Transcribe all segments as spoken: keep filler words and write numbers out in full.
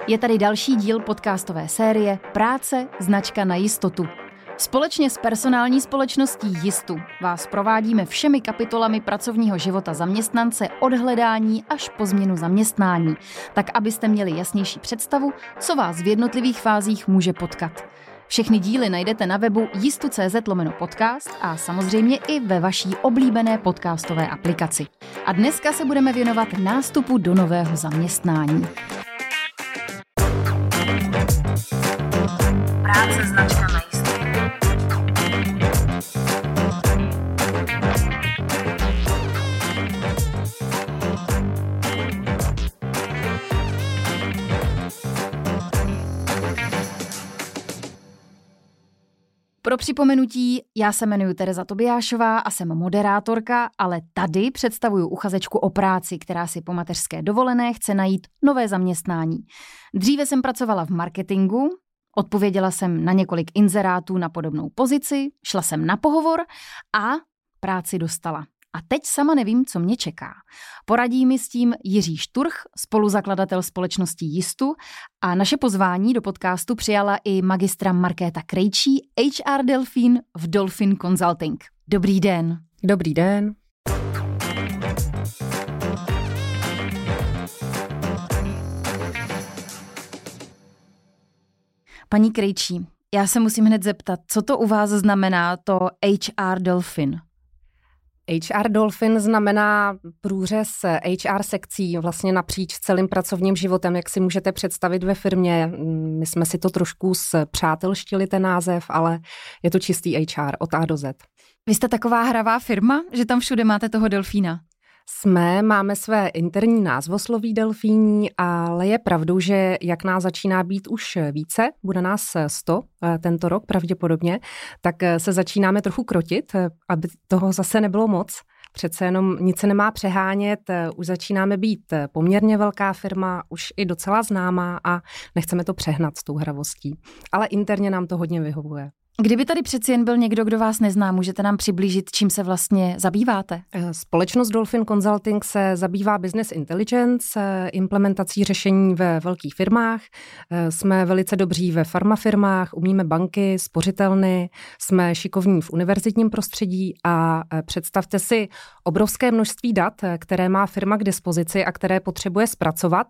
Je tady další díl podcastové série Práce, značka na jistotu. Společně s personální společností Jistu vás provádíme všemi kapitolami pracovního života zaměstnance od hledání až po změnu zaměstnání, tak abyste měli jasnější představu, co vás v jednotlivých fázích může potkat. Všechny díly najdete na webu jistu tečka cz lomeno podcast a samozřejmě i ve vaší oblíbené podcastové aplikaci. A dneska se budeme věnovat nástupu do nového zaměstnání. Práce, značka na jistotu. Pro připomenutí, já se jmenuji Tereza Tobiášová a jsem moderátorka, ale tady představuju uchazečku o práci, která si po mateřské dovolené chce najít nové zaměstnání. Dříve jsem pracovala v marketingu, odpověděla jsem na několik inzerátů na podobnou pozici, šla jsem na pohovor a práci dostala. A teď sama nevím, co mě čeká. Poradí mi s tím Jiří Šturch, spoluzakladatel společnosti Jistu, a naše pozvání do podcastu přijala i magistra Markéta Krejčí, H R Delfín v Dolphin Consulting. Dobrý den. Dobrý den. Paní Krejčí, já se musím hned zeptat, co to u vás znamená to H R Dolphin? H R Dolphin znamená průřez H R sekcí vlastně napříč celým pracovním životem, jak si můžete představit ve firmě. My jsme si to trošku spřátelštili ten název, ale je to čistý H R od A do Z. Vy jste taková hravá firma, že tam všude máte toho delfína? Jsme, máme své interní názvosloví delfíní, ale je pravdou, že jak nás začíná být už více, bude nás sto tento rok pravděpodobně, tak se začínáme trochu krotit, aby toho zase nebylo moc. Přece jenom nic se nemá přehánět, už začínáme být poměrně velká firma, už i docela známá a nechceme to přehnat s tou hravostí. Ale interně nám to hodně vyhovuje. Kdyby tady přeci jen byl někdo, kdo vás nezná, můžete nám přiblížit, čím se vlastně zabýváte? Společnost Dolphin Consulting se zabývá business intelligence, implementací řešení ve velkých firmách. Jsme velice dobří ve farmafirmách, umíme banky, spořitelny, jsme šikovní v univerzitním prostředí a představte si obrovské množství dat, které má firma k dispozici a které potřebuje zpracovat.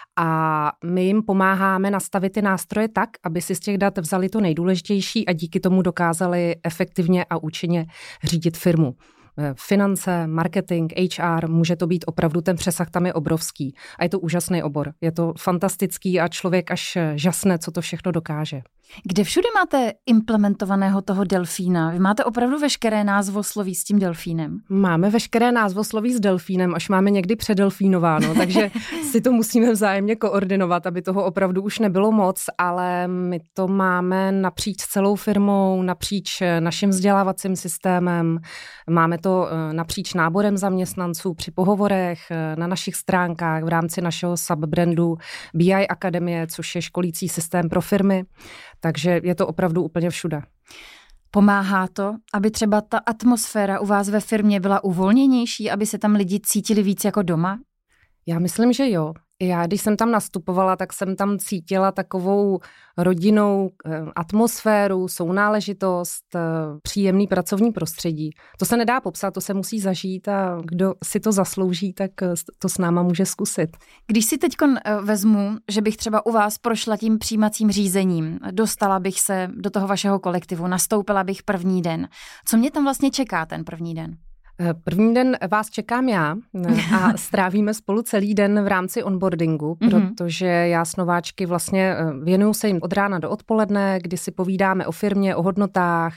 A my jim pomáháme nastavit ty nástroje tak, aby si z těch dat vzali to nejdůležitější a díky tomu dokázali efektivně a účinně řídit firmu. Finance, marketing, H R, může to být opravdu, ten přesah tam je obrovský. A je to úžasný obor. Je to fantastický a člověk až žasne, co to všechno dokáže. Kde všude máte implementovaného toho delfína? Vy máte opravdu veškeré názvosloví s tím delfínem? Máme veškeré názvosloví s delfínem, až máme někdy předelfínováno, takže si to musíme vzájemně koordinovat, aby toho opravdu už nebylo moc, ale my to máme napříč celou firmou, napříč naším vzdělávacím systémem, máme to napříč náborem zaměstnanců při pohovorech, na našich stránkách v rámci našeho subbrandu B I Akademie, což je školící systém pro firmy. Takže je to opravdu úplně všude. Pomáhá to, aby třeba ta atmosféra u vás ve firmě byla uvolněnější, aby se tam lidi cítili víc jako doma? Já myslím, že jo. Já, když jsem tam nastupovala, tak jsem tam cítila takovou rodinnou atmosféru, sounáležitost, příjemný pracovní prostředí. To se nedá popsat, to se musí zažít a kdo si to zaslouží, tak to s náma může zkusit. Když si teď vezmu, že bych třeba u vás prošla tím přijímacím řízením, dostala bych se do toho vašeho kolektivu, nastoupila bych první den. Co mě tam vlastně čeká ten první den? První den vás čekám já a strávíme spolu celý den v rámci onboardingu, mm-hmm. protože já s nováčky vlastně věnuju se jim od rána do odpoledne, kdy si povídáme o firmě, o hodnotách,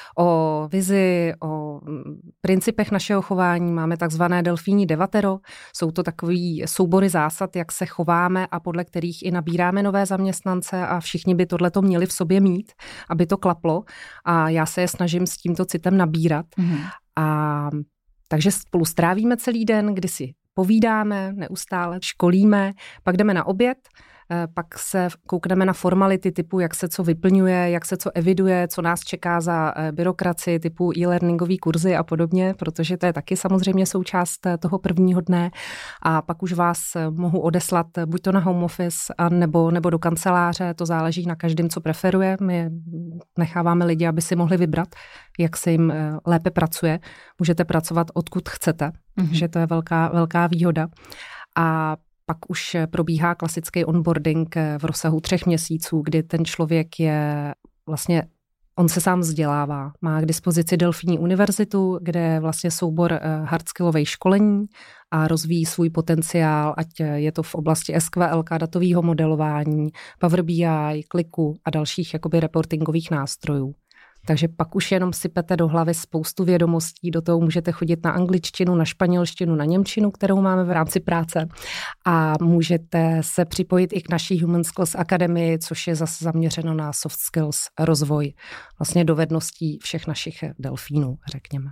o vizi, o principech našeho chování. Máme takzvané delfíní devatero. Jsou to takový soubory zásad, jak se chováme a podle kterých i nabíráme nové zaměstnance a všichni by tohleto měli v sobě mít, aby to klaplo. A já se je snažím s tímto citem nabírat. Mm-hmm. A takže spolu strávíme celý den, kdy si povídáme, neustále školíme, pak jdeme na oběd, Pak se koukneme na formality typu, jak se co vyplňuje, jak se co eviduje, co nás čeká za byrokracii typu e-learningový kurzy a podobně, protože to je taky samozřejmě součást toho prvního dne. A pak už vás mohu odeslat buď to na home office, a nebo, nebo do kanceláře, to záleží na každém, co preferuje. My necháváme lidi, aby si mohli vybrat, jak se jim lépe pracuje. Můžete pracovat odkud chcete, mm-hmm. že to je velká, velká výhoda. A pak už probíhá klasický onboarding v rozsahu třech měsíců, kdy ten člověk je vlastně, on se sám vzdělává. Má k dispozici Delfíní univerzitu, kde je vlastně soubor hardskillových školení a rozvíjí svůj potenciál, ať je to v oblasti S Q L, datového modelování, Power B I, kliku a dalších jakoby reportingových nástrojů. Takže pak už jenom sypete do hlavy spoustu vědomostí, do toho můžete chodit na angličtinu, na španělštinu, na němčinu, kterou máme v rámci práce a můžete se připojit i k naší Human Skills Academy, což je zase zaměřeno na soft skills rozvoj, vlastně dovedností všech našich delfínů, řekněme.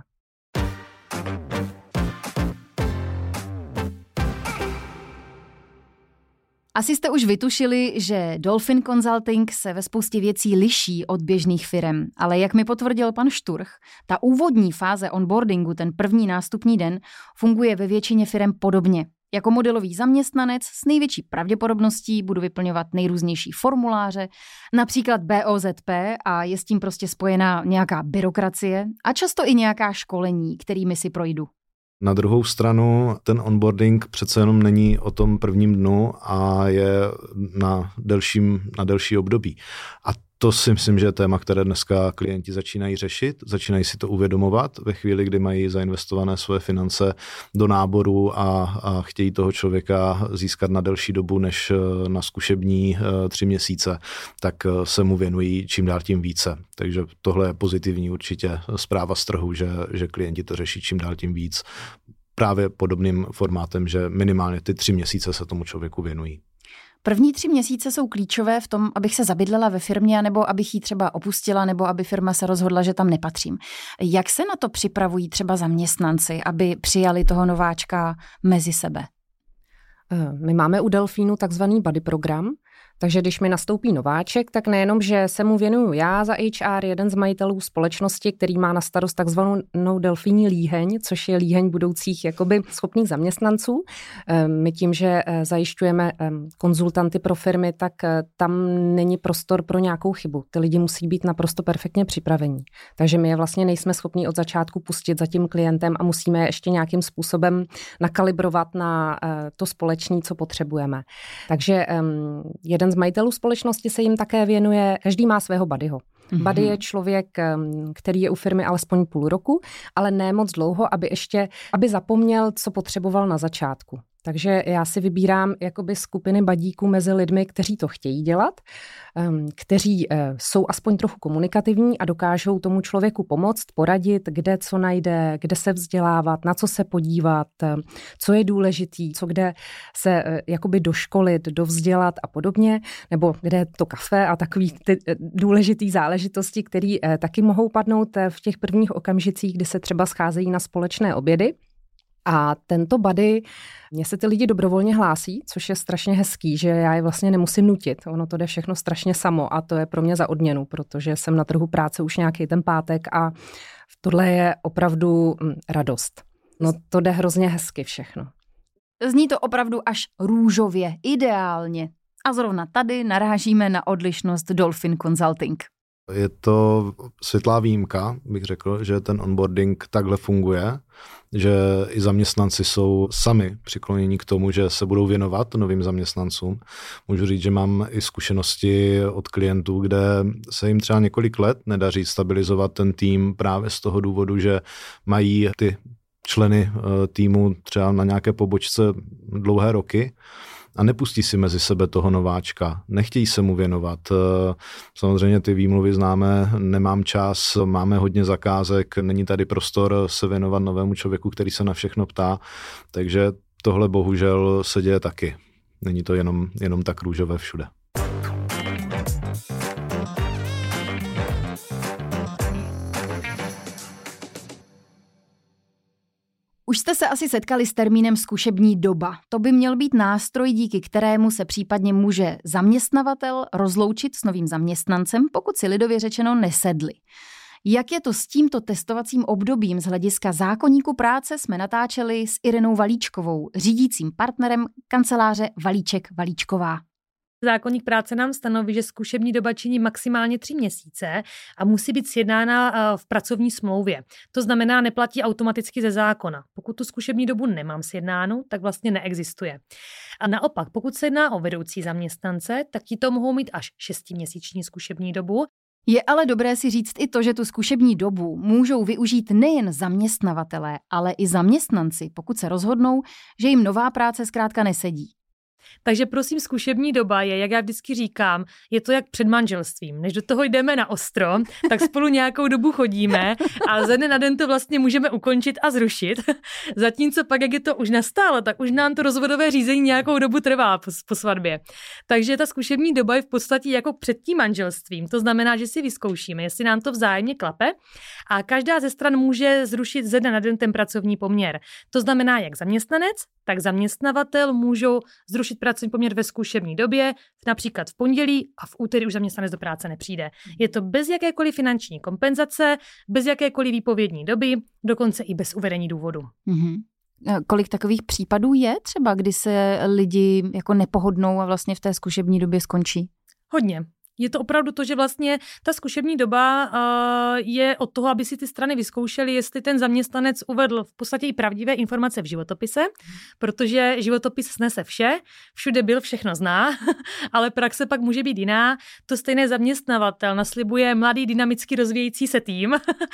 Asi jste už vytušili, že Dolphin Consulting se ve spoustě věcí liší od běžných firem, ale jak mi potvrdil pan Šturch, ta úvodní fáze onboardingu, ten první nástupní den, funguje ve většině firem podobně. Jako modelový zaměstnanec s největší pravděpodobností budu vyplňovat nejrůznější formuláře, například B O Z P a je s tím prostě spojená nějaká byrokracie a často i nějaká školení, kterými si projdu. Na druhou stranu ten onboarding přece jenom není o tom prvním dnu a je na delším, na delší období. A to si myslím, že je téma, které dneska klienti začínají řešit, začínají si to uvědomovat ve chvíli, kdy mají zainvestované svoje finance do náboru a, a chtějí toho člověka získat na delší dobu než na zkušební tři měsíce, tak se mu věnují čím dál tím více. Takže tohle je pozitivní určitě zpráva z trhu, že, že klienti to řeší čím dál tím víc. Právě podobným formátem, že minimálně ty tři měsíce se tomu člověku věnují. První tři měsíce jsou klíčové v tom, abych se zabydlela ve firmě, nebo abych ji třeba opustila, nebo aby firma se rozhodla, že tam nepatřím. Jak se na to připravují třeba zaměstnanci, aby přijali toho nováčka mezi sebe? My máme u Delfínu takzvaný buddy program, takže když mi nastoupí nováček, tak nejenom, že se mu věnuju já za H R, jeden z majitelů společnosti, který má na starost takzvanou Delfíní líheň, což je líheň budoucích jakoby schopných zaměstnanců. My tím, že zajišťujeme konzultanty pro firmy, tak tam není prostor pro nějakou chybu. Ty lidi musí být naprosto perfektně připravení. Takže my je vlastně nejsme schopni od začátku pustit za tím klientem a musíme je ještě nějakým způsobem nakalibrovat na to společné, co potřebujeme. Takže jeden z majitelů společnosti se jim také věnuje, každý má svého buddyho. Mm-hmm. Buddy je člověk, který je u firmy alespoň půl roku, ale ne moc dlouho, aby ještě, aby zapomněl, co potřeboval na začátku. Takže já si vybírám jakoby skupiny badíků mezi lidmi, kteří to chtějí dělat, kteří jsou aspoň trochu komunikativní a dokážou tomu člověku pomoct, poradit, kde co najde, kde se vzdělávat, na co se podívat, co je důležitý, co kde se jakoby doškolit, dovzdělat a podobně, nebo kde je to kafe a takový ty důležitý záležitosti, které taky mohou padnout v těch prvních okamžicích, kdy se třeba scházejí na společné obědy. A tento buddy, mně se ty lidi dobrovolně hlásí, což je strašně hezký, že já je vlastně nemusím nutit. Ono to jde všechno strašně samo a to je pro mě za odměnu, protože jsem na trhu práce už nějaký ten pátek a tohle je opravdu radost. No to jde hrozně hezky všechno. Zní to opravdu až růžově, ideálně. A zrovna tady narážíme na odlišnost Dolphin Consulting. Je to světlá výjimka, bych řekl, že ten onboarding takhle funguje, že i zaměstnanci jsou sami přikloněni k tomu, že se budou věnovat novým zaměstnancům. Můžu říct, že mám i zkušenosti od klientů, kde se jim třeba několik let nedaří stabilizovat ten tým právě z toho důvodu, že mají ty členy týmu třeba na nějaké pobočce dlouhé roky a nepustí si mezi sebe toho nováčka. Nechtějí se mu věnovat. Samozřejmě ty výmluvy známe, nemám čas, máme hodně zakázek, není tady prostor se věnovat novému člověku, který se na všechno ptá, takže tohle bohužel se děje taky. Není to jenom, jenom tak růžové všude. Už jste se asi setkali s termínem zkušební doba. To by měl být nástroj, díky kterému se případně může zaměstnavatel rozloučit s novým zaměstnancem, pokud si lidově řečeno nesedli. Jak je to s tímto testovacím obdobím z hlediska zákoníku práce, jsme natáčeli s Irenou Valíčkovou, řídícím partnerem kanceláře Valíček Valíčková. Zákoník práce nám stanoví, že zkušební doba činí maximálně tři měsíce a musí být sjednána v pracovní smlouvě. To znamená, neplatí automaticky ze zákona. Pokud tu zkušební dobu nemám sjednánu, tak vlastně neexistuje. A naopak, pokud se jedná o vedoucí zaměstnance, tak ti to mohou mít až šestiměsíční zkušební dobu. Je ale dobré si říct i to, že tu zkušební dobu můžou využít nejen zaměstnavatelé, ale i zaměstnanci, pokud se rozhodnou, že jim nová práce zkrátka nesedí. Takže prosím, zkušební doba je, jak já vždycky říkám, je to jak před manželstvím. Než do toho jdeme na ostro, tak spolu nějakou dobu chodíme a ze dne na den to vlastně můžeme ukončit a zrušit. Zatímco pak, jak je to už nastálo, tak už nám to rozvodové řízení nějakou dobu trvá po, po svatbě. Takže ta zkušební doba je v podstatě jako před tím manželstvím. To znamená, že si vyzkoušíme, jestli nám to vzájemně klape a každá ze stran může zrušit ze dne na den ten pracovní poměr. To znamená, jak zaměstnanec, tak zaměstnavatel můžou zrušit pracovní poměr ve zkušební době, například v pondělí a v úterý už zaměstnanec do práce nepřijde. Je to bez jakékoliv finanční kompenzace, bez jakékoliv výpovědní doby, dokonce i bez uvedení důvodu. Mm-hmm. Kolik takových případů je třeba, kdy se lidi jako nepohodnou a vlastně v té zkušební době skončí? Hodně. Je to opravdu to, že vlastně ta zkušební doba uh, je od toho, aby si ty strany vyzkoušely, jestli ten zaměstnanec uvedl v podstatě i pravdivé informace v životopise, protože životopis snese vše, všude byl, všechno zná, ale praxe pak může být jiná. To stejné zaměstnavatel naslibuje mladý, dynamicky rozvíjející se tým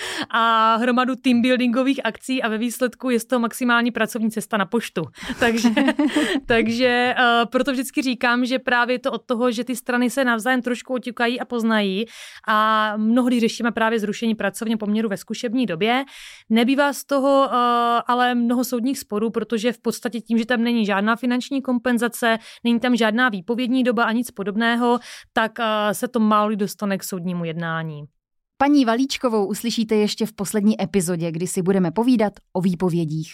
a hromadu teambuildingových akcí a ve výsledku je to maximální pracovní cesta na poštu. Takže, takže uh, proto vždycky říkám, že právě je to od toho, že ty strany se navzájem trošku oťukají a poznají a mnohdy řešíme právě zrušení pracovního poměru ve zkušební době. Nebývá z toho uh, ale mnoho soudních sporů, protože v podstatě tím, že tam není žádná finanční kompenzace, není tam žádná výpovědní doba a nic podobného, tak uh, se to málo dostane k soudnímu jednání. Paní Valíčkovou uslyšíte ještě v poslední epizodě, kdy si budeme povídat o výpovědích.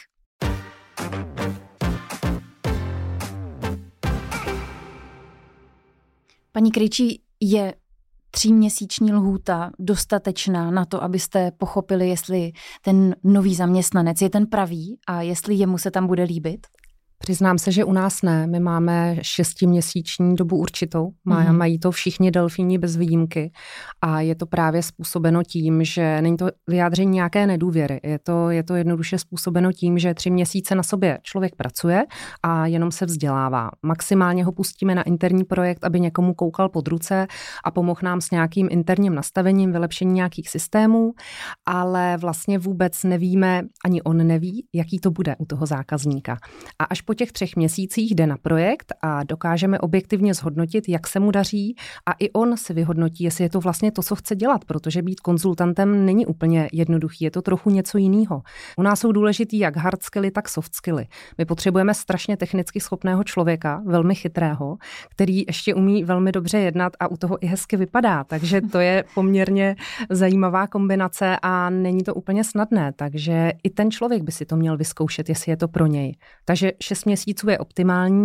Paní Krejčí, je tříměsíční lhůta dostatečná na to, abyste pochopili, jestli ten nový zaměstnanec je ten pravý a jestli jemu se tam bude líbit? Přiznám se, že u nás ne. My máme šestiměsíční dobu určitou. Mm-hmm. Mají to všichni delfíni bez výjimky. A je to právě způsobeno tím, že není to vyjádření nějaké nedůvěry. Je to, je to jednoduše způsobeno tím, že tři měsíce na sobě člověk pracuje a jenom se vzdělává. Maximálně ho pustíme na interní projekt, aby někomu koukal pod ruce a pomohl nám s nějakým interním nastavením, vylepšení nějakých systémů, ale vlastně vůbec nevíme, ani on neví, jaký to bude u toho zákazníka. A až po těch třech měsících jde na projekt a dokážeme objektivně zhodnotit, jak se mu daří a i on si vyhodnotí, jestli je to vlastně to, co chce dělat, protože být konzultantem není úplně jednoduchý, je to trochu něco jiného. U nás jsou důležitý jak hard skilly, tak soft skilly. My potřebujeme strašně technicky schopného člověka, velmi chytrého, který ještě umí velmi dobře jednat a u toho i hezky vypadá, takže to je poměrně zajímavá kombinace a není to úplně snadné, takže i ten člověk by si to měl vyzkoušet, jestli je to pro něj. Takže šest měsíců je optimální,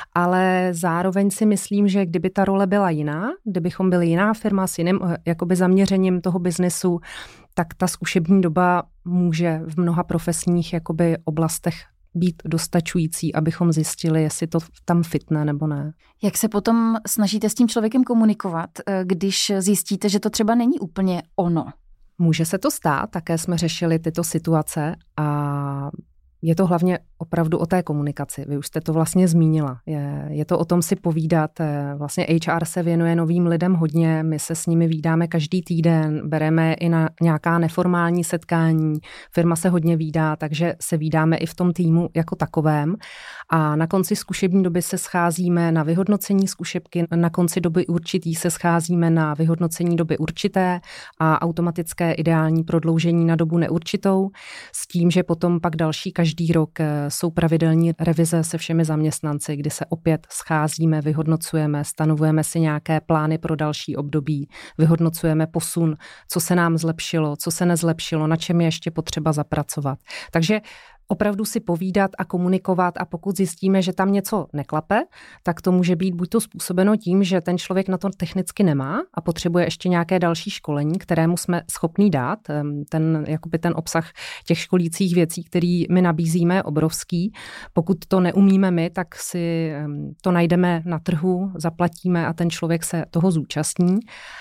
ale zároveň si myslím, že kdyby ta role byla jiná, kdybychom byli jiná firma s jiným jakoby zaměřením toho biznesu, tak ta zkušební doba může v mnoha profesních jakoby oblastech být dostačující, abychom zjistili, jestli to tam fitne nebo ne. Jak se potom snažíte s tím člověkem komunikovat, když zjistíte, že to třeba není úplně ono? Může se to stát, také jsme řešili tyto situace a je to hlavně opravdu o té komunikaci. Vy už jste to vlastně zmínila. Je, je to o tom si povídat. Vlastně H R se věnuje novým lidem hodně. My se s nimi vídáme každý týden. Bereme i na nějaká neformální setkání. Firma se hodně vídá, takže se vídáme i v tom týmu jako takovém. A na konci zkušební doby se scházíme na vyhodnocení zkušebky. Na konci doby určitý se scházíme na vyhodnocení doby určité a automatické ideální prodloužení na dobu neurčitou. S tím, že potom pak další každý rok jsou pravidelní revize se všemi zaměstnanci, kdy se opět scházíme, vyhodnocujeme, stanovujeme si nějaké plány pro další období, vyhodnocujeme posun, co se nám zlepšilo, co se nezlepšilo, na čem je ještě potřeba zapracovat. Takže opravdu si povídat a komunikovat a pokud zjistíme, že tam něco neklape, tak to může být buď to způsobeno tím, že ten člověk na to technicky nemá a potřebuje ještě nějaké další školení, kterému jsme schopní dát. Ten, jakoby ten obsah těch školících věcí, který my nabízíme, je obrovský. Pokud to neumíme my, tak si to najdeme na trhu, zaplatíme a ten člověk se toho zúčastní.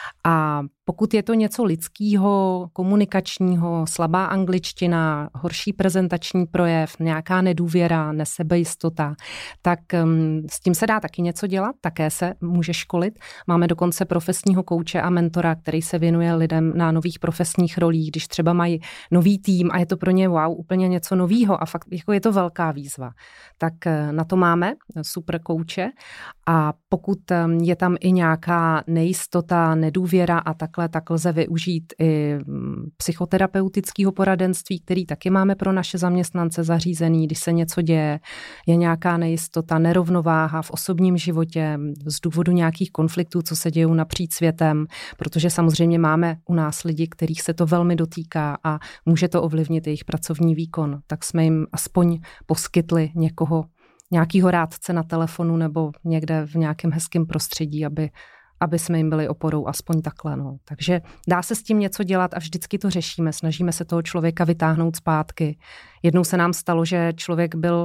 A pokud je to něco lidského, komunikačního, slabá angličtina, horší prezentační projev, nějaká nedůvěra, nesebejistota, tak um, s tím se dá taky něco dělat, také se může školit. Máme dokonce profesního kouče a mentora, který se věnuje lidem na nových profesních rolích, když třeba mají nový tým a je to pro ně wow, úplně něco novýho a fakt jako je to velká výzva. Tak na to máme super kouče a pokud je tam i nějaká nejistota, nedůvěra a takhle, tak lze využít i psychoterapeutického poradenství, který taky máme pro naše zaměstnance zařízený, když se něco děje, je nějaká nejistota, nerovnováha v osobním životě z důvodu nějakých konfliktů, co se dějou napříč světem, protože samozřejmě máme u nás lidi, kterých se to velmi dotýká a může to ovlivnit jejich pracovní výkon, tak jsme jim aspoň poskytli někoho, nějakýho rádce na telefonu nebo někde v nějakém hezkém prostředí, aby aby jsme jim byli oporou aspoň takhle. No. Takže dá se s tím něco dělat a vždycky to řešíme. Snažíme se toho člověka vytáhnout zpátky. Jednou se nám stalo, že člověk byl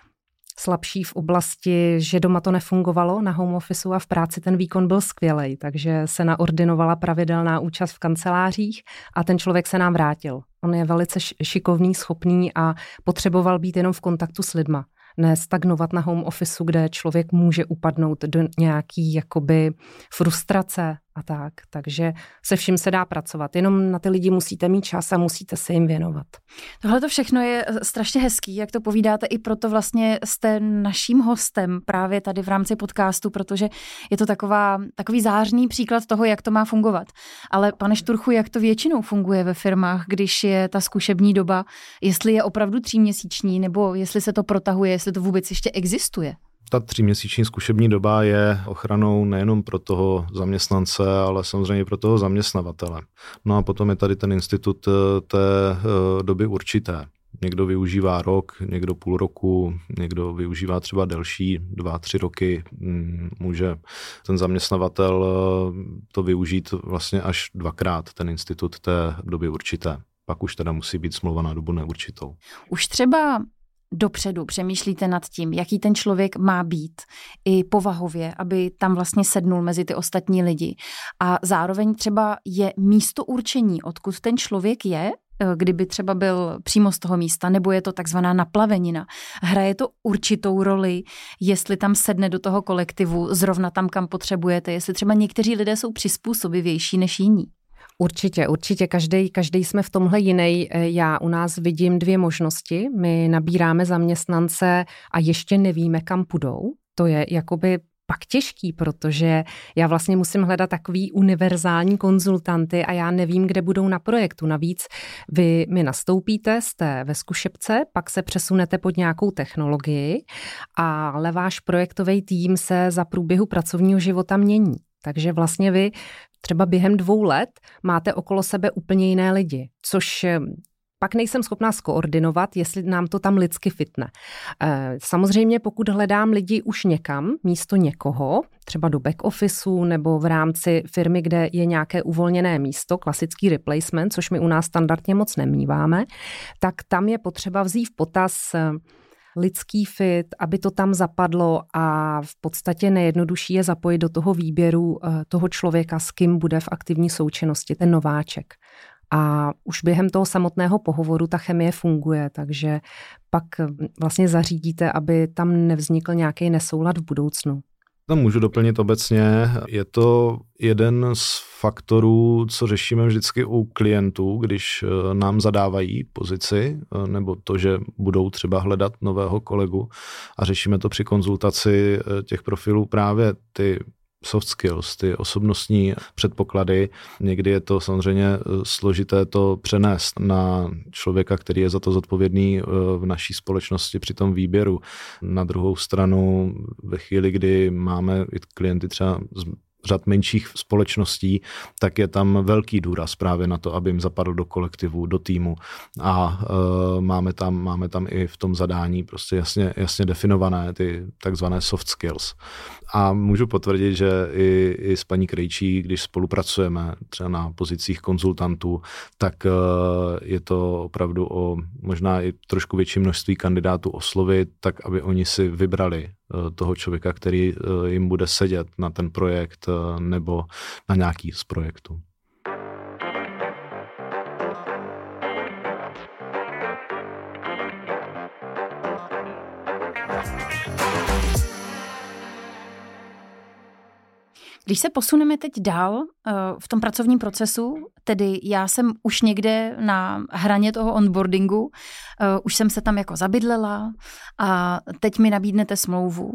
slabší v oblasti, že doma to nefungovalo na home officeu a v práci ten výkon byl skvělej, takže se naordinovala pravidelná účast v kancelářích a ten člověk se nám vrátil. On je velice šikovný, schopný a potřeboval být jenom v kontaktu s lidma. Ne stagnovat na home officeu, kde člověk může upadnout do nějaký jakoby frustrace a tak. Takže se vším se dá pracovat. Jenom na ty lidi musíte mít čas a musíte se jim věnovat. Tohle to všechno je strašně hezký, jak to povídáte, i proto vlastně jste naším hostem právě tady v rámci podcastu, protože je to taková, takový zářný příklad toho, jak to má fungovat. Ale pane Šturchu, jak to většinou funguje ve firmách, když je ta zkušební doba, jestli je opravdu tříměsíční, nebo jestli se to protahuje, jestli to vůbec ještě existuje? Ta tříměsíční zkušební doba je ochranou nejenom pro toho zaměstnance, ale samozřejmě pro toho zaměstnavatele. No a potom je tady ten institut té doby určité. Někdo využívá rok, někdo půl roku, někdo využívá třeba delší dva, tři roky. Může ten zaměstnavatel to využít vlastně až dvakrát, ten institut té doby určité. Pak už teda musí být smlouva na dobu neurčitou. Už třeba dopředu přemýšlíte nad tím, jaký ten člověk má být i povahově, aby tam vlastně sednul mezi ty ostatní lidi. A zároveň třeba je místo určení, odkud ten člověk je, kdyby třeba byl přímo z toho místa, nebo je to takzvaná naplavenina. Hraje to určitou roli, jestli tam sedne do toho kolektivu, zrovna tam, kam potřebujete, jestli třeba někteří lidé jsou přizpůsobivější než jiní. Určitě, určitě. Každý, každý jsme v tomhle jiný. Já u nás vidím dvě možnosti. My nabíráme zaměstnance a ještě nevíme, kam půjdou. To je jakoby pak těžký, protože já vlastně musím hledat takový univerzální konzultanty a já nevím, kde budou na projektu. Navíc vy mi nastoupíte, jste ve zkušebce, pak se přesunete pod nějakou technologii, ale váš projektový tým se za průběhu pracovního života mění. Takže vlastně vy třeba během dvou let máte okolo sebe úplně jiné lidi, což pak nejsem schopná skoordinovat, jestli nám to tam lidsky fitne. Samozřejmě pokud hledám lidi už někam, místo někoho, třeba do back officeu nebo v rámci firmy, kde je nějaké uvolněné místo, klasický replacement, což my u nás standardně moc nemíváme, tak tam je potřeba vzít v potaz lidský fit, aby to tam zapadlo a v podstatě nejjednodušší je zapojit do toho výběru toho člověka, s kým bude v aktivní součinnosti, ten nováček. A už během toho samotného pohovoru ta chemie funguje, takže pak vlastně zařídíte, aby tam nevznikl nějaký nesoulad v budoucnu. Tam můžu doplnit obecně, je to jeden z faktorů, co řešíme vždycky u klientů, když nám zadávají pozici, nebo to, že budou třeba hledat nového kolegu a řešíme to při konzultaci těch profilů právě ty soft skills, ty osobnostní předpoklady. Někdy je to samozřejmě složité to přenést na člověka, který je za to zodpovědný v naší společnosti při tom výběru. Na druhou stranu ve chvíli, kdy máme i klienty třeba z řad menších společností, tak je tam velký důraz právě na to, aby jim zapadl do kolektivu, do týmu a uh, máme tam, máme tam i v tom zadání prostě jasně, jasně definované ty takzvané soft skills. A můžu potvrdit, že i, i s paní Krejčí, když spolupracujeme třeba na pozicích konzultantů, tak uh, je to opravdu o možná i trošku větší množství kandidátů oslovit, tak aby oni si vybrali toho člověka, který jim bude sedět na ten projekt nebo na nějaký z projektů. Když se posuneme teď dál v tom pracovním procesu, tedy já jsem už někde na hraně toho onboardingu, už jsem se tam jako zabydlela a teď mi nabídnete smlouvu.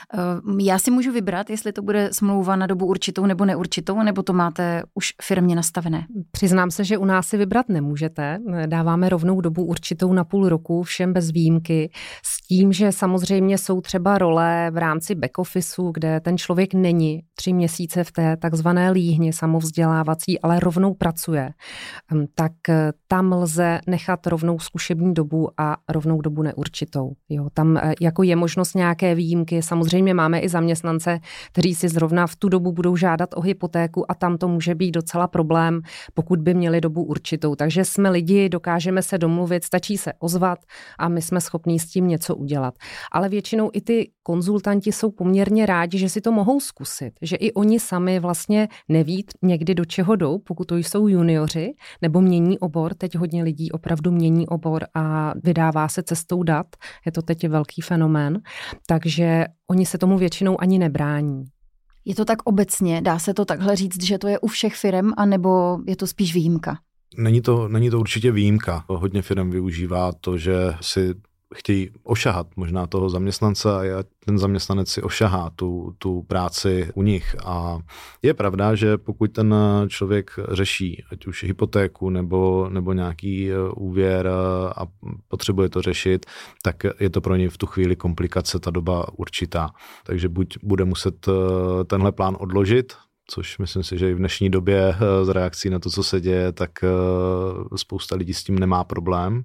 Já si můžu vybrat, jestli to bude smlouva na dobu určitou nebo neurčitou, nebo to máte už firmě nastavené? Přiznám se, že u nás si vybrat nemůžete. Dáváme rovnou dobu určitou na půl roku, všem bez výjimky, s tím, že samozřejmě jsou třeba role v rámci back officeu, kde ten člověk není tři měsíce v té takzvané líhni samovzdělávací, ale rovnou pracuje, tak tam lze nechat rovnou zkušební dobu a rovnou dobu neurčitou. Jo, tam jako je možnost nějaké výjimky. Samozřejmě máme i zaměstnance, kteří si zrovna v tu dobu budou žádat o hypotéku a tam to může být docela problém, pokud by měli dobu určitou. Takže jsme lidi, dokážeme se domluvit, stačí se ozvat a my jsme schopní s tím něco udělat. Ale většinou i ty konzultanti jsou poměrně rádi, že si to mohou zkusit, že i oni sami vlastně neví někdy do čeho jdou, pokud to jsou junioři, nebo mění obor. Teď hodně lidí opravdu mění obor a vydává se cestou dat. Je to teď velký fenomén. Takže oni se tomu většinou ani nebrání. Je to tak obecně? Dá se to takhle říct, že to je u všech firem, anebo je to spíš výjimka? Není to, není to určitě výjimka. Hodně firem využívá to, že si chtějí ošahat možná toho zaměstnance a ten zaměstnanec si ošahá tu, tu práci u nich. A je pravda, že pokud ten člověk řeší ať už hypotéku nebo, nebo nějaký úvěr a potřebuje to řešit, tak je to pro něj v tu chvíli komplikace, ta doba určitá. Takže buď bude muset tenhle plán odložit, což myslím si, že i v dnešní době z reakcí na to, co se děje, tak spousta lidí s tím nemá problém.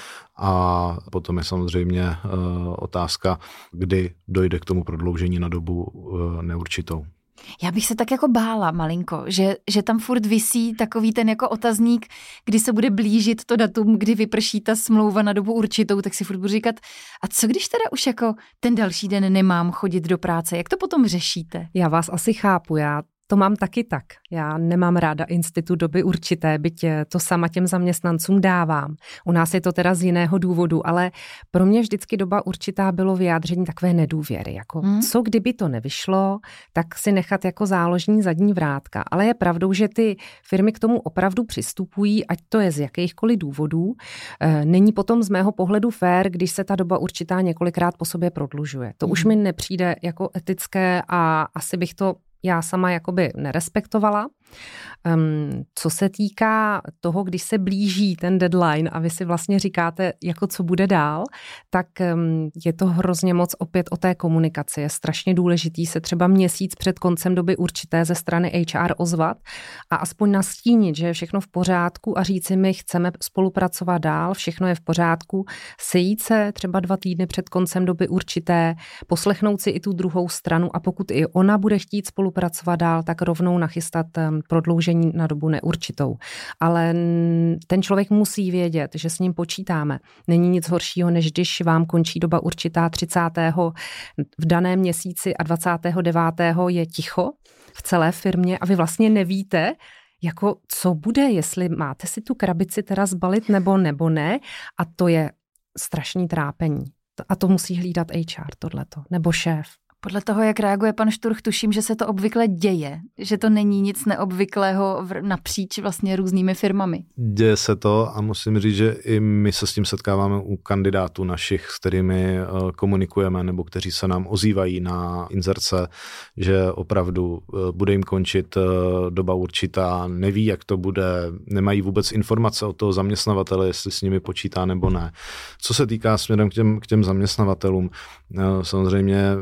A potom je samozřejmě uh, otázka, kdy dojde k tomu prodloužení na dobu uh, neurčitou. Já bych se tak jako bála malinko, že, že tam furt visí takový ten jako otazník, kdy se bude blížit to datum, kdy vyprší ta smlouva na dobu určitou, tak si furt budu říkat, a co když teda už jako ten další den nemám chodit do práce, jak to potom řešíte? Já vás asi chápu, já to mám taky tak. Já nemám ráda institut doby určité, byť to sama těm zaměstnancům dávám. U nás je to teda z jiného důvodu, ale pro mě vždycky doba určitá bylo vyjádření takové nedůvěry. Jako hmm. co kdyby to nevyšlo, tak si nechat jako záložní zadní vrátka. Ale je pravdou, že ty firmy k tomu opravdu přistupují, ať to je z jakýchkoliv důvodů. Není potom z mého pohledu fér, když se ta doba určitá několikrát po sobě prodlužuje. To hmm. už mi nepřijde jako etické a asi bych to já sama jakoby nerespektovala. Um, co se týká toho, když se blíží ten deadline a vy si vlastně říkáte, jako co bude dál, tak um, je to hrozně moc opět o té komunikaci. Je strašně důležitý se třeba měsíc před koncem doby určité ze strany H R ozvat a aspoň nastínit, že je všechno v pořádku a říci mi, chceme spolupracovat dál, všechno je v pořádku, sejít se třeba dva týdny před koncem doby určité, poslechnout si i tu druhou stranu a pokud i ona bude chtít spolupracovat dál, tak rovnou nachystat prodloužení na dobu neurčitou. Ale ten člověk musí vědět, že s ním počítáme. Není nic horšího, než když vám končí doba určitá třicátého v daném měsíci a dvacátého devátého je ticho v celé firmě a vy vlastně nevíte, jako co bude, jestli máte si tu krabici teda zbalit nebo nebo ne a to je strašný trápení. A to musí hlídat H R tohleto, nebo šéf. Podle toho, jak reaguje pan Šturch, tuším, že se to obvykle děje, že to není nic neobvyklého napříč vlastně různými firmami. Děje se to a musím říct, že i my se s tím setkáváme u kandidátů našich, s kterými komunikujeme nebo kteří se nám ozývají na inzerce, že opravdu bude jim končit doba určitá, neví, jak to bude, nemají vůbec informace od toho zaměstnavatele, jestli s nimi počítá nebo ne. Co se týká směrem k těm, k těm zaměstnavatelům, samozřejmě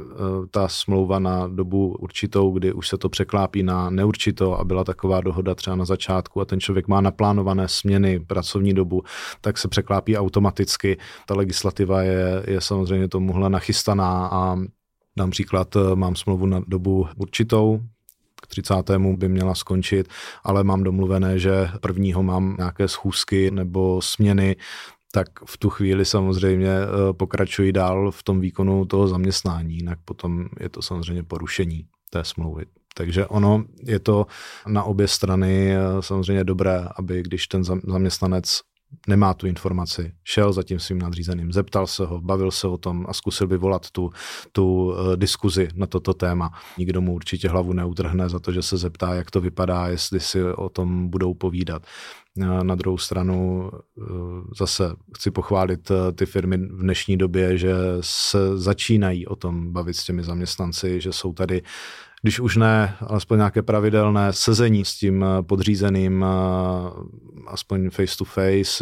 ta smlouva na dobu určitou, kdy už se to překlápí na neurčitou a byla taková dohoda třeba na začátku a ten člověk má naplánované směny, pracovní dobu, tak se překlápí automaticky. Ta legislativa je, je samozřejmě tomuhle nachystaná a dám příklad, mám smlouvu na dobu určitou, k třicátému by měla skončit, ale mám domluvené, že prvního mám nějaké schůzky nebo směny, tak v tu chvíli samozřejmě pokračuji dál v tom výkonu toho zaměstnání, jinak potom je to samozřejmě porušení té smlouvy. Takže ono je to na obě strany samozřejmě dobré, aby když ten zaměstnanec nemá tu informaci, šel za tím svým nadřízeným, zeptal se ho, bavil se o tom a zkusil vyvolat tu, tu uh, diskuzi na toto téma. Nikdo mu určitě hlavu neutrhne za to, že se zeptá, jak to vypadá, jestli si o tom budou povídat. Na druhou stranu zase chci pochválit ty firmy v dnešní době, že se začínají o tom bavit s těmi zaměstnanci, že jsou tady, když už ne, alespoň nějaké pravidelné sezení s tím podřízeným, aspoň face to face,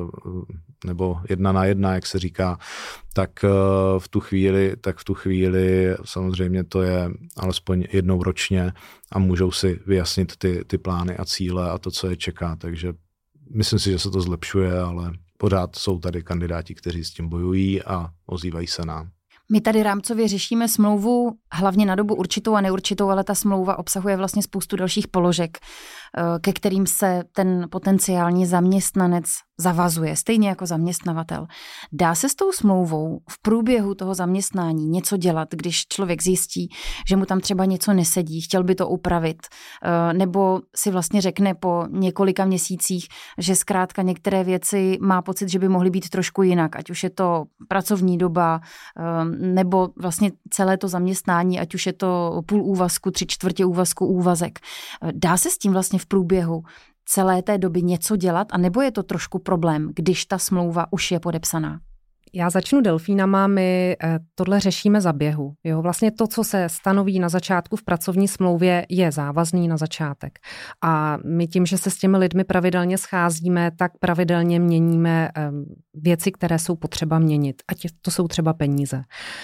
nebo jedna na jedna, jak se říká, tak v tu chvíli, tak v tu chvíli samozřejmě to je alespoň jednou ročně a můžou si vyjasnit ty, ty plány a cíle a to, co je čeká. Takže myslím si, že se to zlepšuje, ale pořád jsou tady kandidáti, kteří s tím bojují a ozývají se nám. My tady rámcově řešíme smlouvu hlavně na dobu určitou a neurčitou, ale ta smlouva obsahuje vlastně spoustu dalších položek, ke kterým se ten potenciální zaměstnanec zavazuje, stejně jako zaměstnavatel. Dá se s tou smlouvou v průběhu toho zaměstnání něco dělat, když člověk zjistí, že mu tam třeba něco nesedí, chtěl by to upravit, nebo si vlastně řekne po několika měsících, že zkrátka některé věci má pocit, že by mohly být trošku jinak, ať už je to pracovní doba, nebo vlastně celé to zaměstnání, ať už je to půl úvazku, tři čtvrtě úvazku, úvazek. Dá se s tím vlastně v průběhu celé té doby něco dělat, a nebo je to trošku problém, když ta smlouva už je podepsaná? Já začnu delfínama, my tohle řešíme za běhu. Jo? Vlastně to, co se stanoví na začátku v pracovní smlouvě, je závazný na začátek. A my tím, že se s těmi lidmi pravidelně scházíme, tak pravidelně měníme věci, které jsou potřeba měnit. Ať to jsou třeba peníze.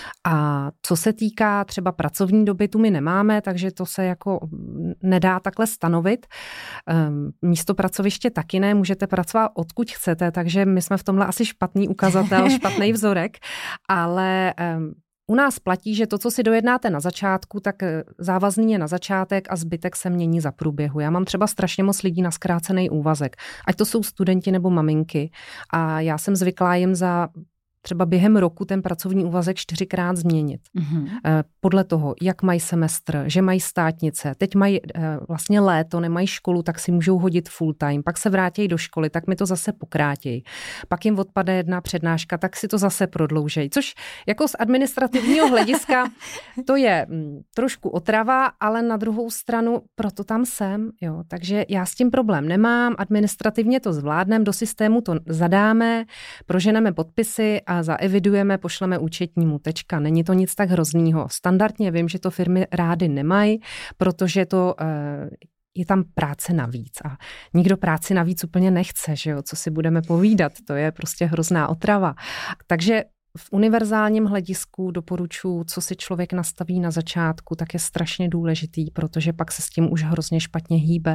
A co se týká třeba pracovní doby, tu my nemáme, takže to se jako nedá takhle stanovit. Místo pracoviště taky ne, můžete pracovat odkud chcete, takže my jsme v tomhle asi špatný ukazatel, špatný vzorek, ale um, u nás platí, že to, co si dojednáte na začátku, tak závazný je na začátek a zbytek se mění za průběhu. Já mám třeba strašně moc lidí na zkrácený úvazek, ať to jsou studenti nebo maminky, a já jsem zvyklá jim za třeba během roku ten pracovní úvazek čtyřikrát změnit. Mm-hmm. Podle toho, jak mají semestr, že mají státnice, teď mají vlastně léto, nemají školu, tak si můžou hodit full time, pak se vrátí do školy, tak mi to zase pokrátějí. Pak jim odpade jedna přednáška, tak si to zase prodloužejí. Což jako z administrativního hlediska to je trošku otrava, ale na druhou stranu proto tam jsem. Jo. Takže já s tím problém nemám, administrativně to zvládneme, do systému to zadáme, proženeme podpisy a zaevidujeme, pošleme účetnímu, tečka. Není to nic tak hroznýho. Standardně vím, že to firmy rády nemají, protože to je tam práce navíc a nikdo práci navíc úplně nechce, že jo, co si budeme povídat, to je prostě hrozná otrava. Takže v univerzálním hledisku doporučuji, co si člověk nastaví na začátku, tak je strašně důležitý, protože pak se s tím už hrozně špatně hýbe.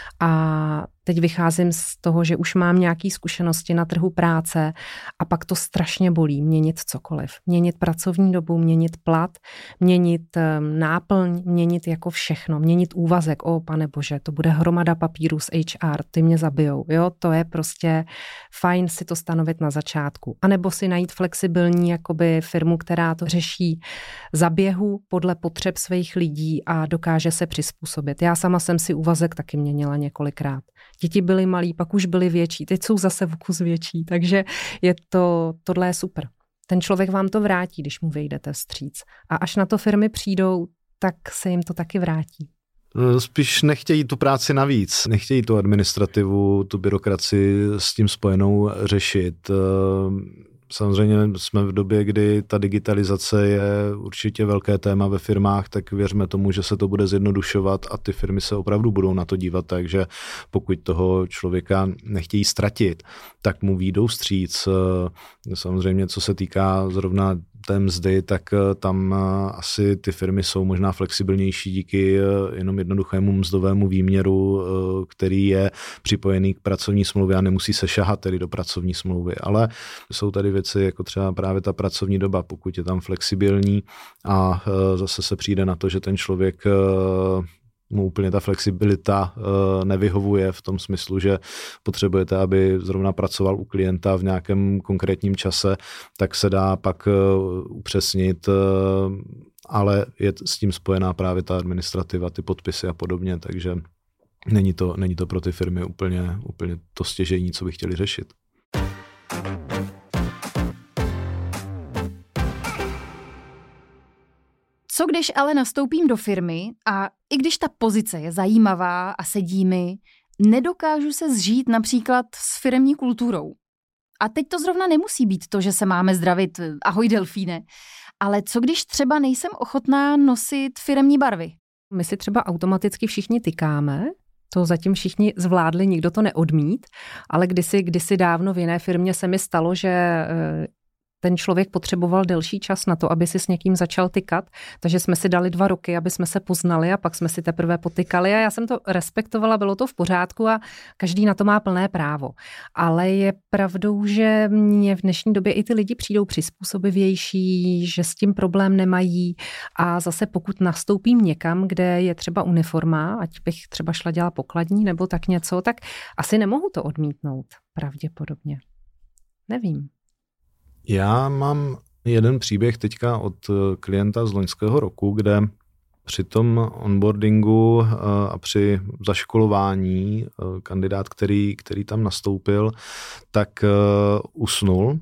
A teď vycházím z toho, že už mám nějaké zkušenosti na trhu práce a pak to strašně bolí měnit cokoliv. Měnit pracovní dobu, měnit plat, měnit náplň, měnit jako všechno, měnit úvazek. O, pane bože, to bude hromada papírů z H R, ty mě zabijou. Jo, to je prostě fajn si to stanovit na začátku. A nebo si najít flexibilní jakoby firmu, která to řeší za běhu podle potřeb svých lidí a dokáže se přizpůsobit. Já sama jsem si úvazek taky měnila několikrát. Děti byly malí, pak už byly větší, teď jsou zase v kus větší, takže je to, tohle je super. Ten člověk vám to vrátí, když mu vyjdete vstříc. A až na to firmy přijdou, tak se jim to taky vrátí. Spíš nechtějí tu práci navíc, nechtějí tu administrativu, tu byrokracii s tím spojenou řešit. Samozřejmě jsme v době, kdy ta digitalizace je určitě velké téma ve firmách, tak věřme tomu, že se to bude zjednodušovat a ty firmy se opravdu budou na to dívat, takže pokud toho člověka nechtějí ztratit, tak mu výjdou vstříc. Samozřejmě, co se týká zrovna té mzdy, tak tam asi ty firmy jsou možná flexibilnější díky jenom jednoduchému mzdovému výměru, který je připojený k pracovní smlouvě a nemusí se šahat tedy do pracovní smlouvy. Ale jsou tady věci jako třeba právě ta pracovní doba, pokud je tam flexibilní a zase se přijde na to, že ten člověk mu úplně ta flexibilita nevyhovuje v tom smyslu, že potřebujete, aby zrovna pracoval u klienta v nějakém konkrétním čase, tak se dá pak upřesnit, ale je s tím spojená právě ta administrativa, ty podpisy a podobně, takže není to, není to pro ty firmy úplně, úplně to stěžejní, co by chtěli řešit. Co když ale nastoupím do firmy a i když ta pozice je zajímavá a sedí mi, nedokážu se zžít například s firemní kulturou. A teď to zrovna nemusí být to, že se máme zdravit, ahoj delfíne, ale co když třeba nejsem ochotná nosit firemní barvy? My si třeba automaticky všichni tykáme, to zatím všichni zvládli, nikdo to neodmít, ale kdysi, kdysi dávno v jiné firmě se mi stalo, že ten člověk potřeboval delší čas na to, aby si s někým začal tykat, takže jsme si dali dva roky, aby jsme se poznali a pak jsme si teprve potykali a já jsem to respektovala, bylo to v pořádku a každý na to má plné právo. Ale je pravdou, že mně v dnešní době i ty lidi přijdou přizpůsobivější, že s tím problém nemají a zase pokud nastoupím někam, kde je třeba uniforma, ať bych třeba šla dělat pokladní nebo tak něco, tak asi nemohu to odmítnout pravděpodobně. Nevím. Já mám jeden příběh teďka od klienta z loňského roku, kde při tom onboardingu a při zaškolování kandidát, který, který tam nastoupil, tak usnul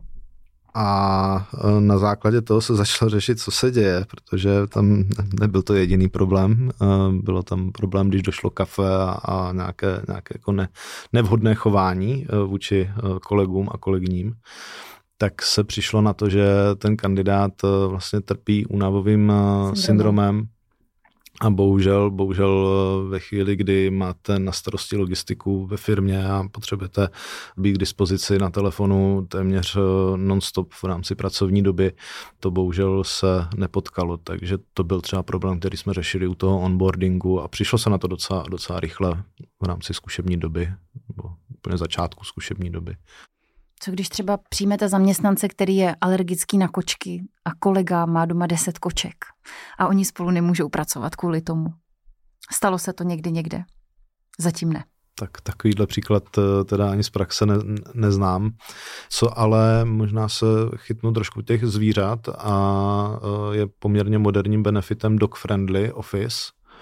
a na základě toho se začalo řešit, co se děje, protože tam nebyl to jediný problém. Bylo tam problém, když došlo kafe a, a nějaké, nějaké jako ne, nevhodné chování vůči kolegům a kolegyním. Tak se přišlo na to, že ten kandidát vlastně trpí únavovým syndromem, syndromem a bohužel, bohužel ve chvíli, kdy máte na starosti logistiku ve firmě a potřebujete být k dispozici na telefonu téměř non-stop v rámci pracovní doby, to bohužel se nepotkalo, takže to byl třeba problém, který jsme řešili u toho onboardingu a přišlo se na to docela, docela rychle v rámci zkušební doby, nebo úplně začátku zkušební doby. Co když třeba přijmete zaměstnance, který je alergický na kočky a kolega má doma deset koček a oni spolu nemůžou pracovat kvůli tomu? Stalo se to někdy někde? Zatím ne. Tak takovýhle příklad teda ani z praxe ne, neznám. Co ale možná se chytnu trošku těch zvířat a je poměrně moderním benefitem dog-friendly office.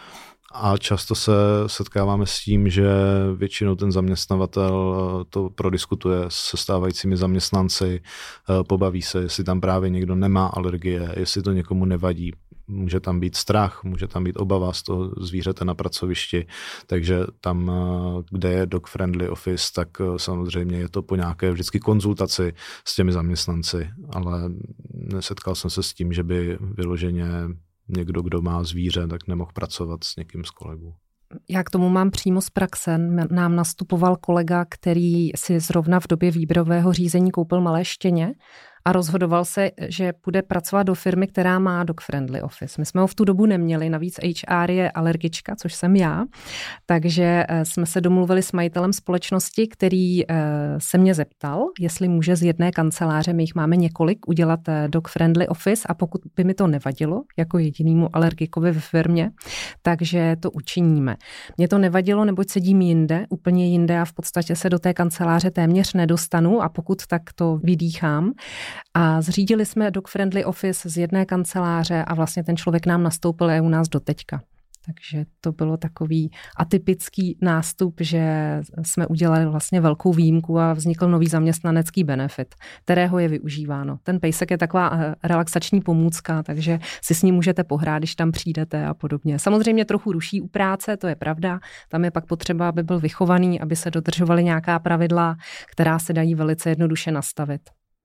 A často se setkáváme s tím, že většinou ten zaměstnavatel to prodiskutuje se stávajícími zaměstnanci, pobaví se, jestli tam právě někdo nemá alergie, jestli to někomu nevadí. Může tam být strach, může tam být obava z toho zvířete na pracovišti, takže tam, kde je dog-friendly office, tak samozřejmě je to po nějaké vždycky konzultaci s těmi zaměstnanci, ale nesetkal jsem se s tím, že by vyloženě někdo, kdo má zvíře, tak nemohl pracovat s někým z kolegů. Já k tomu mám přímo z praxe. Nám nastupoval kolega, který si zrovna v době výběrového řízení koupil malé štěně a rozhodoval se, že bude pracovat do firmy, která má dog-friendly office. My jsme ho v tu dobu neměli, navíc H R je alergička, což jsem já, takže jsme se domluvili s majitelem společnosti, který se mě zeptal, jestli může z jedné kanceláře, my jich máme několik, udělat dog-friendly office a pokud by mi to nevadilo, jako jedinému alergikovi ve firmě, takže to učiníme. Mně to nevadilo, neboť sedím jinde, úplně jinde a v podstatě se do té kanceláře téměř nedostanu a pokud tak to vydýchám. A zřídili jsme dog-friendly office z jedné kanceláře a vlastně ten člověk nám nastoupil a je u nás doteďka. Takže to bylo takový atypický nástup, že jsme udělali vlastně velkou výjimku a vznikl nový zaměstnanecký benefit, kterého je využíváno. Ten pejsek je taková relaxační pomůcka, takže si s ním můžete pohrát, když tam přijdete a podobně. Samozřejmě trochu ruší u práce, to je pravda. Tam je pak potřeba, aby byl vychovaný, aby se dodržovaly nějaká pravidla, která se dají velice jednoduše nastavit.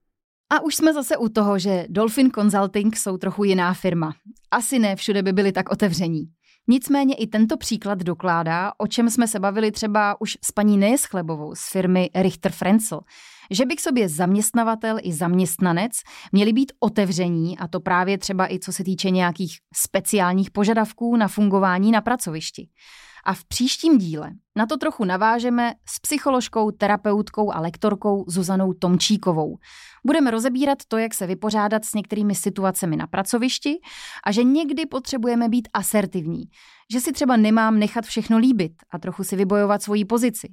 A už jsme zase u toho, že Dolphin Consulting jsou trochu jiná firma. Asi ne všude by byli tak otevření. Nicméně i tento příklad dokládá, o čem jsme se bavili třeba už s paní Nejeschlebovou z firmy Richter Frenzel, že by k sobě zaměstnavatel i zaměstnanec měli být otevření, a to právě třeba i co se týče nějakých speciálních požadavků na fungování na pracovišti. A v příštím díle na to trochu navážeme s psycholožkou, terapeutkou a lektorkou Zuzanou Tomčíkovou. Budeme rozebírat to, jak se vypořádat s některými situacemi na pracovišti a že někdy potřebujeme být asertivní, že si třeba nemám nechat všechno líbit a trochu si vybojovat svoji pozici.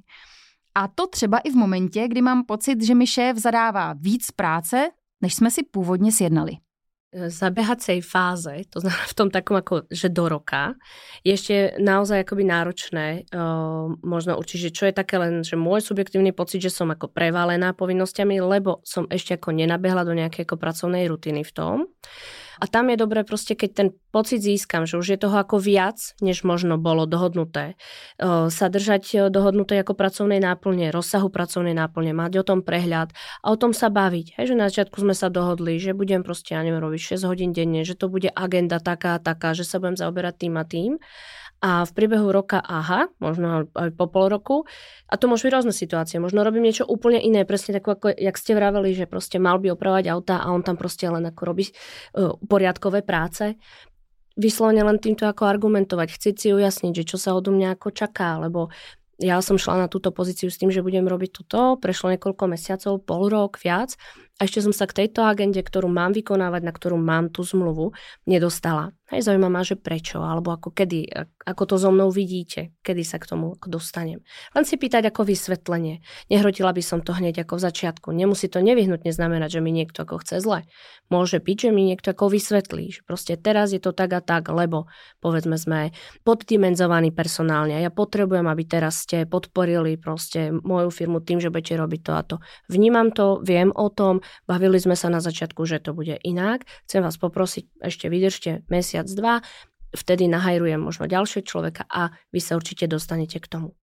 A to třeba i v momentě, kdy mám pocit, že mi šéf zadává víc práce, než jsme si původně sjednali. Zabehacej fáze, to znamená v tom takom ako, že do roka, je ešte naozaj akoby náročné uh, možno určiť, že čo je také len, že môj subjektívny pocit, že som ako prevalená povinnosťami, lebo som ešte ako nenabehla do nejakej ako pracovnej rutiny v tom. A tam je dobré proste, keď ten pocit získam, že už je toho ako viac, než možno bolo dohodnuté. Sa držať dohodnuté ako pracovnej náplne, rozsahu pracovnej náplne, mať o tom prehľad a o tom sa baviť. Hej, že na začiatku sme sa dohodli, že budem proste, ja neviem, robiť šesť hodín denne, že to bude agenda taká a taká, že sa budem zaoberať tým a tým. A v priebehu roka, aha, možno aj po pol roku, a to môžu byť rôzne situácie, možno robím niečo úplne iné, presne tak, ako jak ste vraveli, že proste mal by opravovať auta a on tam proste len ako robí uh, poriadkové práce. Vyslovene len týmto ako argumentovať, chcieť si ujasniť, že čo sa odo mňa ako čaká, lebo ja som šla na túto pozíciu s tým, že budem robiť toto, prešlo niekoľko mesiacov, pol rok, viac a ešte som sa k tejto agende, ktorú mám vykonávať, na ktorú mám tú zmluvu, nedostala. Hej, zaujíma ma, že prečo, alebo ako kedy, ako to so mnou vidíte, kedy sa k tomu ako dostanem. Len si pýtať ako vysvetlenie. Nehrotila by som to hneď ako v začiatku. Nemusí to nevyhnutne znamenať, že mi niekto ako chce zle. Môže byť, že mi niekto ako vysvetlí, že proste teraz je to tak a tak, lebo povedzme sme poddimenzovaní personálne a ja potrebujem, aby teraz ste podporili proste moju firmu tým, že budete robiť to a to. Vnímam to, viem o tom, bavili sme sa na začiatku, že to bude inak. Chcem vás poprosiť, ešte vydržte mesiac dva, vtedy nahajrujem možno ďalšie človeka a vy sa určite dostanete k tomu.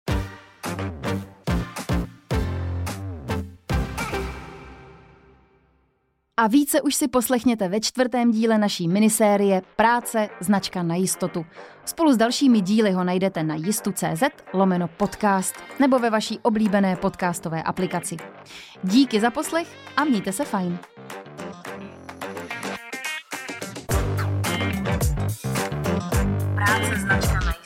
A více už si poslechněte ve čtvrtém díle naší minisérie Práce, značka na jistotu. Spolu s dalšími díly ho najdete na jistu tečka cz lomeno podcast nebo ve vaší oblíbené podcastové aplikaci. Díky za poslech a mějte se fajn. Práce, značka na jistotu.